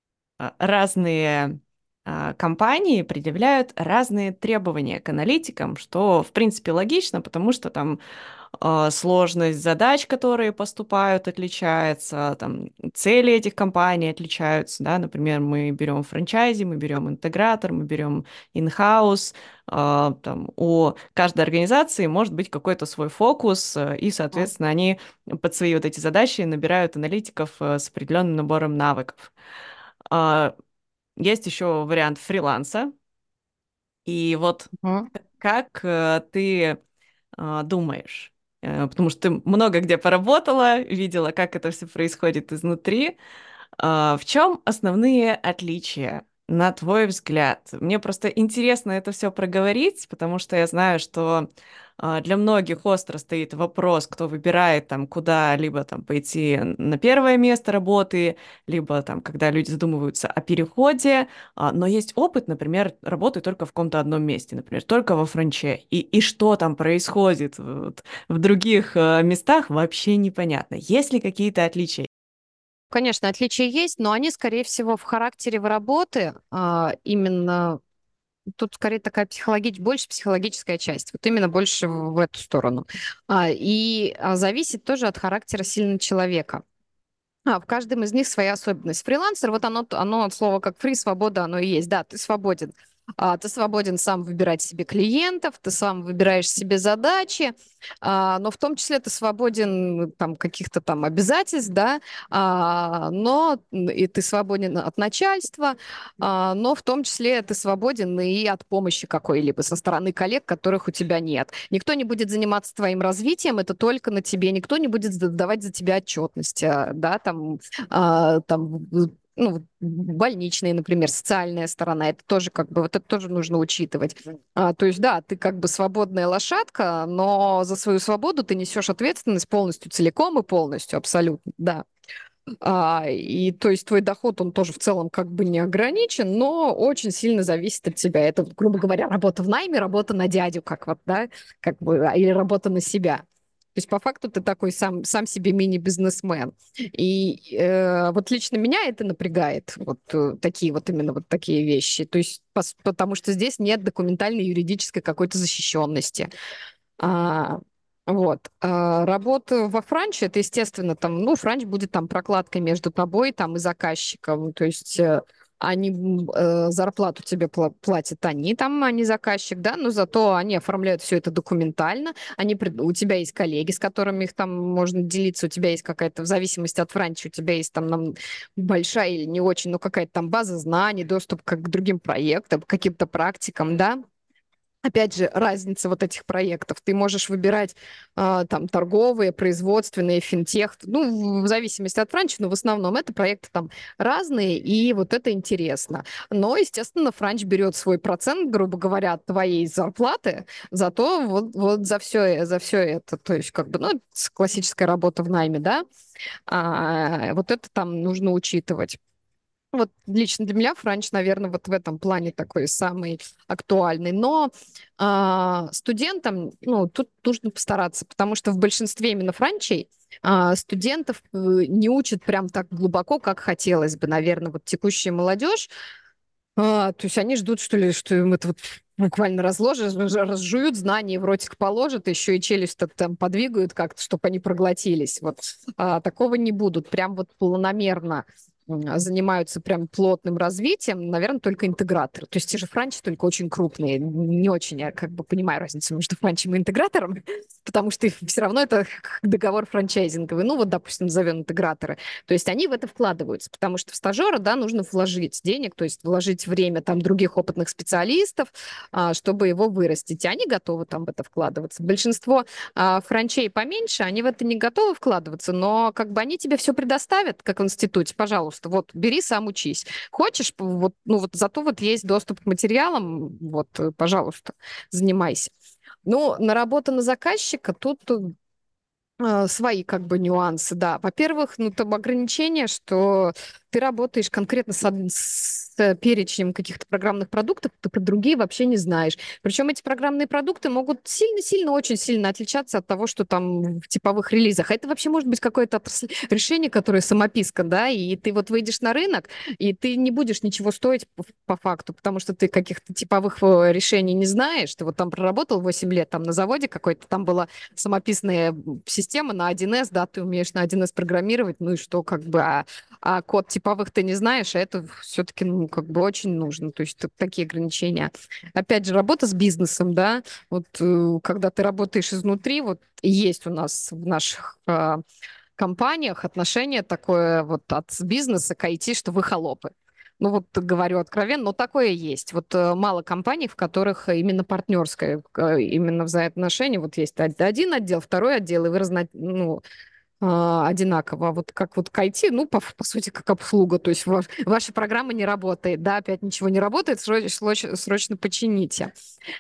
разные компании предъявляют разные требования к аналитикам, что, в принципе, логично, потому что там сложность задач, которые поступают, отличается, там, цели этих компаний отличаются, да, например, мы берем франчайзи, мы берем интегратор, мы берем in-house, там, у каждой организации может быть какой-то свой фокус, и, соответственно, они под свои вот эти задачи набирают аналитиков с определенным набором навыков. А, Есть еще вариант фриланса, и вот Мгм. как ты думаешь? Потому что ты много где поработала, видела, как это все происходит изнутри. В чем основные отличия, на твой взгляд? Мне просто интересно это все проговорить, потому что я знаю, что для многих остро стоит вопрос, кто выбирает там куда, либо там пойти на первое место работы, либо там, когда люди задумываются о переходе, но есть опыт, например, работы только в каком-то одном месте, например, только во франче, и что там происходит вот в других местах, вообще непонятно. Есть ли какие-то отличия? Конечно, отличия есть, но они, скорее всего, в характере работы именно тут скорее такая больше психологическая часть, вот именно больше в эту сторону. Зависит тоже от характера сильно человека. В каждом из них своя особенность. Фрилансер, вот оно от слова как фри, свобода, оно и есть. Да, ты свободен. Ты свободен сам выбирать себе клиентов, ты сам выбираешь себе задачи, но в том числе ты свободен там каких-то там обязательств, да, и ты свободен от начальства, но в том числе ты свободен и от помощи какой-либо со стороны коллег, которых у тебя нет. Никто не будет заниматься твоим развитием, это только на тебе, никто не будет давать за тебя отчетность, да, там ну, больничные, например, социальная сторона, это тоже как бы, вот это тоже нужно учитывать. То есть, да, ты как бы свободная лошадка, но за свою свободу ты несешь ответственность полностью, целиком и полностью, абсолютно, да. И то есть твой доход, он тоже в целом как бы не ограничен, но очень сильно зависит от тебя. Это, грубо говоря, работа в найме, работа на дядю, как вот, да, как бы, или работа на себя. То есть по факту ты такой сам себе мини-бизнесмен. Вот лично меня это напрягает, вот такие вот именно вот такие вещи. То есть потому что здесь нет документальной юридической какой-то защищенности. А, Работа во франче, это, естественно, там, ну, франч будет там прокладкой между тобой там и заказчиком. То есть зарплату тебе платят они, там, они заказчик, да, но зато они оформляют все это документально, у тебя есть коллеги, с которыми их там можно делиться, у тебя есть какая-то, в зависимости от франчайзи, у тебя есть там большая или не очень, но какая-то там база знаний, доступ к другим проектам, к каким-то практикам, да. Опять же, разница вот этих проектов. Ты можешь выбирать там торговые, производственные, финтех, ну, в зависимости от франчайзи, но в основном это проекты там разные, и вот это интересно. Но, естественно, франч берет свой процент, грубо говоря, от твоей зарплаты, зато вот за все это. То есть, как бы, ну, классическая работа в найме, да, вот это там нужно учитывать. Вот лично для меня франч, наверное, вот в этом плане такой самый актуальный. Но студентам, ну, тут нужно постараться, потому что в большинстве именно франчей студентов не учат прям так глубоко, как хотелось бы. Наверное, вот текущая молодежь, то есть они ждут, что ли, что им это вот буквально разложат, разжуют знания, в ротик положат, еще и челюсть там подвигают как-то, чтобы они проглотились. Вот такого не будут. Прям вот планомерно занимаются прям плотным развитием, наверное, только интеграторы. То есть те же франчи, только очень крупные. Не очень я как бы понимаю разницу между франчем и интегратором, потому что все равно это договор франчайзинговый. Ну вот, допустим, назовем интеграторы. То есть они в это вкладываются, потому что в стажера, да, нужно вложить денег, то есть вложить время там других опытных специалистов, чтобы его вырастить. И они готовы там в это вкладываться. Большинство франчей поменьше, они в это не готовы вкладываться, но как бы они тебе все предоставят, как в институте. Пожалуйста, вот бери, сам учись. Хочешь, вот, ну вот зато вот есть доступ к материалам, вот, пожалуйста, занимайся. Ну, на работу на заказчика тут свои как бы нюансы, да. Во-первых, ну, там ограничение, что ты работаешь конкретно с перечнем каких-то программных продуктов, ты про другие вообще не знаешь. Причем эти программные продукты могут сильно-сильно, очень сильно отличаться от того, что там в типовых релизах. А это вообще может быть какое-то решение, которое самописка, да, и ты вот выйдешь на рынок, и ты не будешь ничего стоить по факту, потому что ты каких-то типовых решений не знаешь. Ты вот там проработал 8 лет там на заводе какой-то, там была самописная система на 1С, да, ты умеешь на 1С программировать, ну и что, как бы, код типовых ты не знаешь, а это все-таки, ну, как бы очень нужно, то есть такие ограничения. Опять же, работа с бизнесом, да, вот когда ты работаешь изнутри, вот есть у нас в наших компаниях отношение такое вот от бизнеса к IT, что вы холопы. Ну вот говорю откровенно, но такое есть. Вот мало компаний, в которых именно партнерское, именно взаимоотношения. Вот есть один отдел, второй отдел, и вы ну, одинаково. А вот как вот к IT, ну, по сути, как обслуга. То есть ваша программа не работает, да, опять ничего не работает, срочно почините.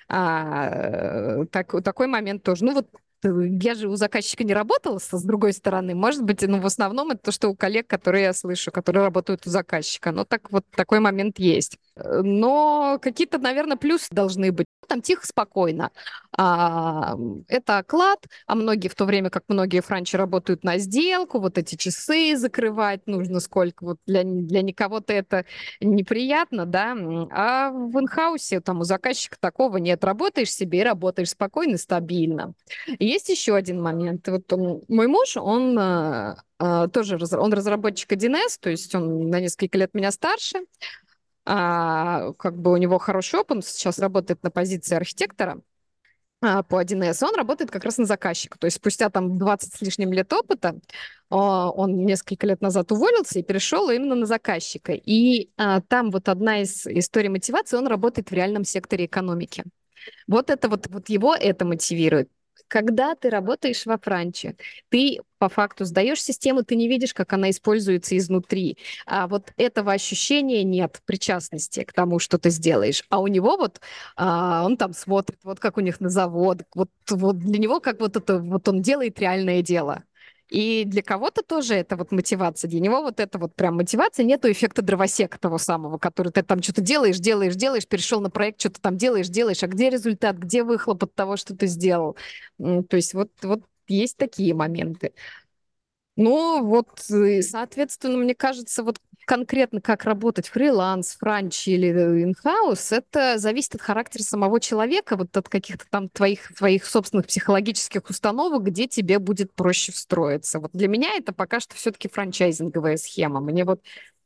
Такой момент тоже. Ну, вот я же у заказчика не работала, с другой стороны. Может быть, ну, в основном это то, что у коллег, которые я слышу, которые работают у заказчика. Но так вот такой момент есть. Но какие-то, наверное, плюсы должны быть. Там тихо, спокойно. Это оклад, а многие, в то время как многие франчи работают на сделку, вот эти часы закрывать нужно сколько. Вот для никого-то это неприятно, да. А в инхаусе там у заказчика такого нет. Работаешь себе и работаешь спокойно, стабильно. И есть еще один момент. Вот мой муж, он тоже он разработчик 1С, то есть он на несколько лет меня старше. Как бы у него хороший опыт, он сейчас работает на позиции архитектора по 1С, он работает как раз на заказчика. То есть спустя там 20 с лишним лет опыта он несколько лет назад уволился и перешел именно на заказчика. И там вот одна из историй мотивации, он работает в реальном секторе экономики. Вот это вот его это мотивирует. Когда ты работаешь во франче, ты по факту сдаешь систему, ты не видишь, как она используется изнутри. А вот этого ощущения нет, причастности к тому, что ты сделаешь. А у него вот, он там смотрит, вот как у них на завод, вот для него как вот это, вот он делает реальное дело. И для кого-то тоже это вот мотивация. Для него вот это вот прям мотивация. Нету эффекта дровосека того самого, который ты там что-то делаешь, перешел на проект, что-то там делаешь. А где результат, где выхлоп от того, что ты сделал? То есть вот есть такие моменты. Ну, вот, соответственно, мне кажется, вот конкретно как работать фриланс, франч или инхаус, это зависит от характера самого человека, вот от каких-то там твоих собственных психологических установок, где тебе будет проще встроиться. Вот для меня это пока что все-таки франчайзинговая схема. Мне вот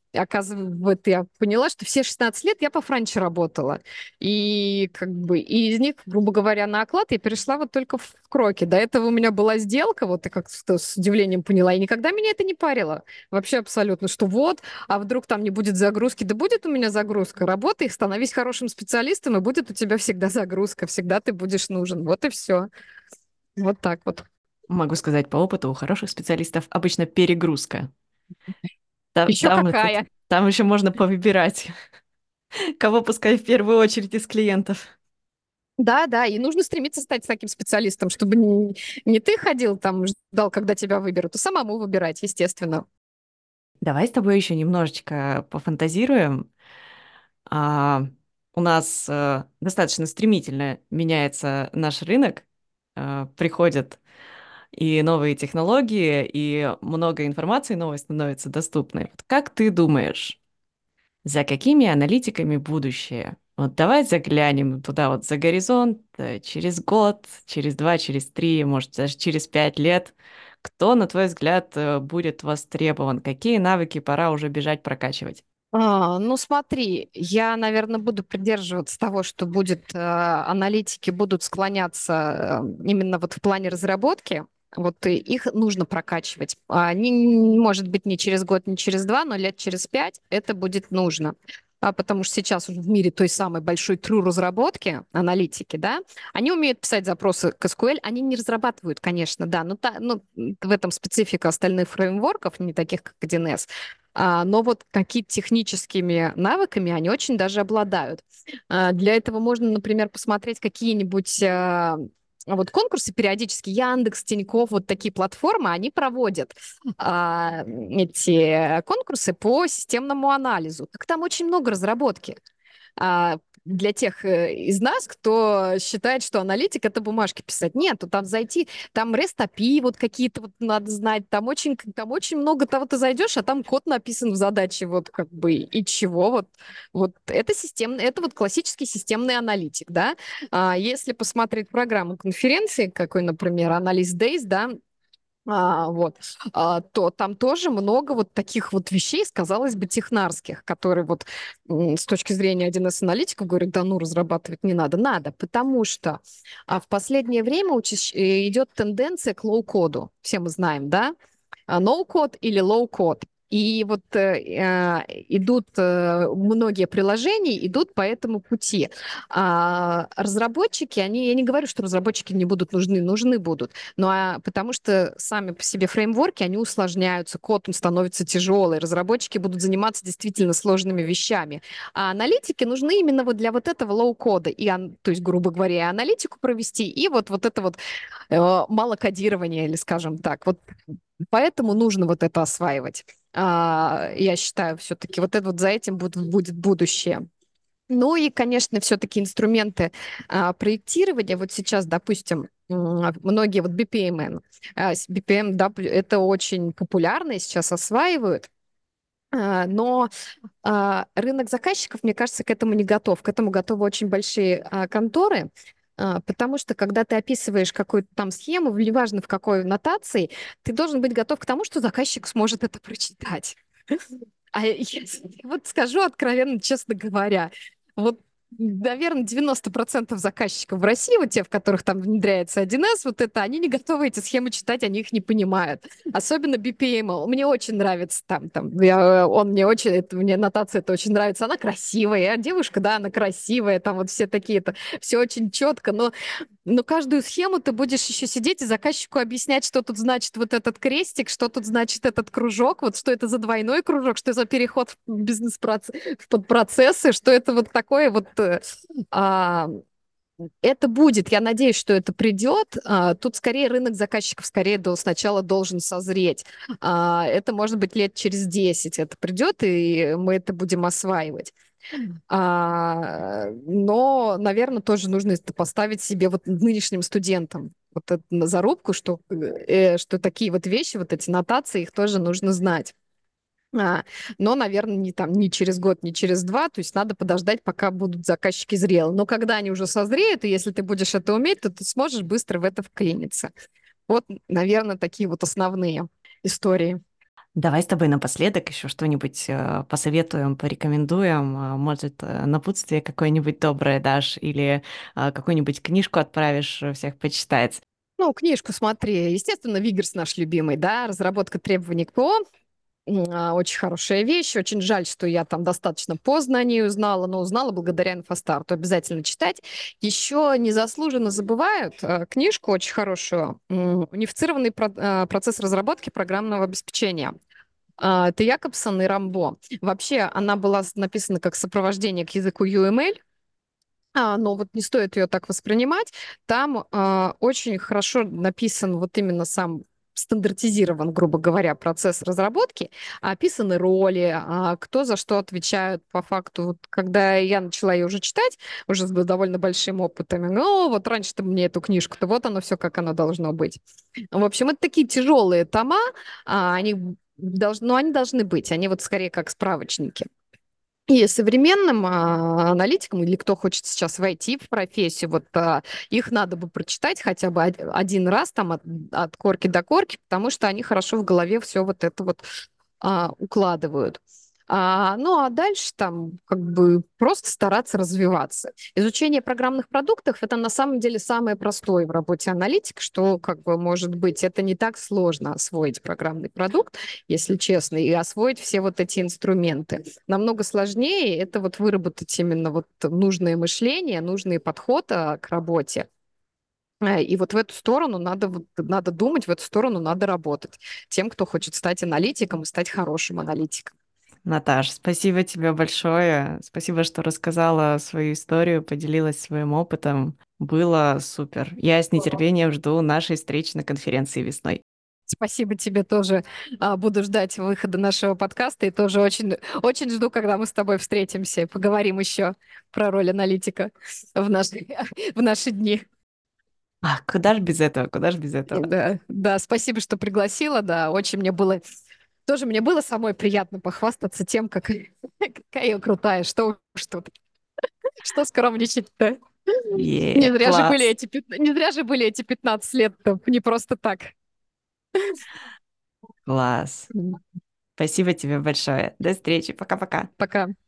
оказывается, я поняла, что все 16 лет я по франче работала. И как бы и из них, грубо говоря, на оклад я перешла вот только в Кроки. До этого у меня была сделка, вот я как-то с удивлением поняла, и никогда меня это не парило. Вообще абсолютно, что вот, а вдруг там не будет загрузки? Да будет у меня загрузка. Работай, становись хорошим специалистом, и будет у тебя всегда загрузка, всегда ты будешь нужен. Вот и все. Вот так вот. Могу сказать по опыту, у хороших специалистов обычно перегрузка. Там, Еще там, это- какая. там еще можно повыбирать, кого пускать в первую очередь из клиентов. Да, да, и нужно стремиться стать таким специалистом, чтобы не ты ходил там, ждал, когда тебя выберут, а самому выбирать, естественно. Давай с тобой еще немножечко пофантазируем. А, у нас достаточно стремительно меняется наш рынок, приходят и новые технологии, и много информации новой становится доступной. Вот как ты думаешь, за какими аналитиками будущее? Вот давай заглянем туда вот за горизонт, через год, через два, через три, может, даже через 5 лет. Кто, на твой взгляд, будет востребован? Какие навыки пора уже бежать прокачивать? Ну, смотри, я, наверное, буду придерживаться того, что будет, аналитики будут склоняться именно вот в плане разработки. Вот и их нужно прокачивать. Может быть, не через год, не через два, но лет через пять это будет нужно. Потому что сейчас уже в мире той самой большой true разработки, аналитики, да, они умеют писать запросы к SQL, они не разрабатывают, конечно, да, но в этом специфика остальных фреймворков, не таких как 1С. Но вот какие-то техническими навыками они очень даже обладают. Для этого можно, например, посмотреть какие-нибудь вот конкурсы периодически, Яндекс, Тинькофф, вот такие платформы, они проводят эти конкурсы по системному анализу. Так там очень много разработки. Для тех из нас, кто считает, что аналитик — это бумажки писать. Нет, там зайти, там REST API вот какие-то вот надо знать, там очень много того ты зайдешь, а там код написан в задаче, вот как бы, и чего, вот это системный, это вот классический системный аналитик, да. Если посмотреть программу конференции, какой, например, анализ Days, да, то там тоже много вот таких вот вещей, казалось бы, технарских, которые вот с точки зрения 1С-аналитиков говорят, да ну, разрабатывать не надо. Надо, потому что в последнее время идет тенденция к лоу-коду. Все мы знаем, да? No-код или low-код. И вот идут многие приложения идут по этому пути. Разработчики, я не говорю, что разработчики не будут нужны будут, потому что сами по себе фреймворки, они усложняются, код он становится тяжелый, разработчики будут заниматься действительно сложными вещами. А аналитики нужны именно вот для вот этого лоу-кода, то есть, грубо говоря, и аналитику провести, и вот это вот малокодирование, или скажем так. Вот поэтому нужно вот это осваивать. Я считаю, все-таки вот это вот за этим будет будущее. Ну и, конечно, все-таки инструменты проектирования. Вот сейчас, допустим, многие вот BPMN, BPMW, это очень популярно и сейчас осваивают. Но рынок заказчиков, мне кажется, к этому не готов. К этому готовы очень большие конторы, потому что когда ты описываешь какую-то там схему, неважно в какой нотации, ты должен быть готов к тому, что заказчик сможет это прочитать. Вот скажу откровенно, честно говоря, вот, наверное, 90% заказчиков в России, вот те, в которых там внедряется 1С, вот это, они не готовы эти схемы читать, они их не понимают. Особенно BPML. Мне очень нравится он мне очень, мне нотация это очень нравится. Она красивая, а девушка, да, она красивая, там вот все такие-то, все очень четко, но каждую схему ты будешь еще сидеть и заказчику объяснять, что тут значит вот этот крестик, что тут значит этот кружок, вот что это за двойной кружок, что это за переход в в подпроцессы, что это вот такое вот... Это будет, я надеюсь, что это придет. Тут скорее рынок заказчиков скорее сначала должен созреть. Это может быть лет через 10 это придет, и мы это будем осваивать. Но, наверное, тоже нужно это поставить себе вот нынешним студентам вот это на зарубку, что такие вот вещи, вот эти нотации, их тоже нужно знать. А, но, наверное, не через год, не через два, то есть надо подождать, пока будут заказчики зрелы. Но когда они уже созреют, и если ты будешь это уметь, то ты сможешь быстро в это вклиниться. Вот, наверное, такие вот основные истории. Давай с тобой напоследок еще что-нибудь посоветуем, порекомендуем. Может, напутствие какое-нибудь доброе дашь или какую-нибудь книжку отправишь всех почитать. Ну, книжку смотри. Естественно, Вигерс наш любимый, да, разработка требований к ПО. Очень хорошая вещь. Очень жаль, что я там достаточно поздно о ней узнала, но узнала благодаря инфостарту. Обязательно читать. Еще незаслуженно забывают книжку очень хорошую «Унифицированный процесс разработки программного обеспечения». Это Якобсон и Рамбо. Вообще, она была написана как сопровождение к языку UML, но вот не стоит ее так воспринимать. Там очень хорошо написан вот именно сам стандартизирован, грубо говоря, процесс разработки, описаны роли, кто за что отвечает по факту. Вот когда я начала ее уже читать, уже с довольно большим опытом, ну вот раньше-то мне эту книжку-то, вот оно все, как оно должно быть. В общем, это такие тяжелые тома, они должны быть, они вот скорее как справочники. И современным аналитикам, или кто хочет сейчас войти в профессию, вот их надо бы прочитать хотя бы один раз там от корки до корки, потому что они хорошо в голове все вот это вот укладывают. Ну а дальше там как бы просто стараться развиваться. Изучение программных продуктов это на самом деле самое простое в работе аналитика, что как бы может быть это не так сложно освоить программный продукт, если честно, и освоить все вот эти инструменты. Намного сложнее это вот выработать именно вот нужное мышление, нужный подход к работе. И вот в эту сторону надо думать, в эту сторону надо работать. Тем, кто хочет стать аналитиком и стать хорошим аналитиком. Наташ, спасибо тебе большое. Спасибо, что рассказала свою историю, поделилась своим опытом. Было супер. Я с нетерпением жду нашей встречи на конференции весной. Спасибо тебе тоже. Буду ждать выхода нашего подкаста и тоже очень, очень жду, когда мы с тобой встретимся и поговорим еще про роль аналитика в наши дни. Куда ж без этого, куда ж без этого? Да, да, спасибо, что пригласила. Да, очень мне было самой приятно похвастаться тем, какая я крутая, что скромничать-то. Класс. Не зря же были эти 15 лет не просто так. Класс. Спасибо тебе большое. До встречи. Пока-пока. Пока.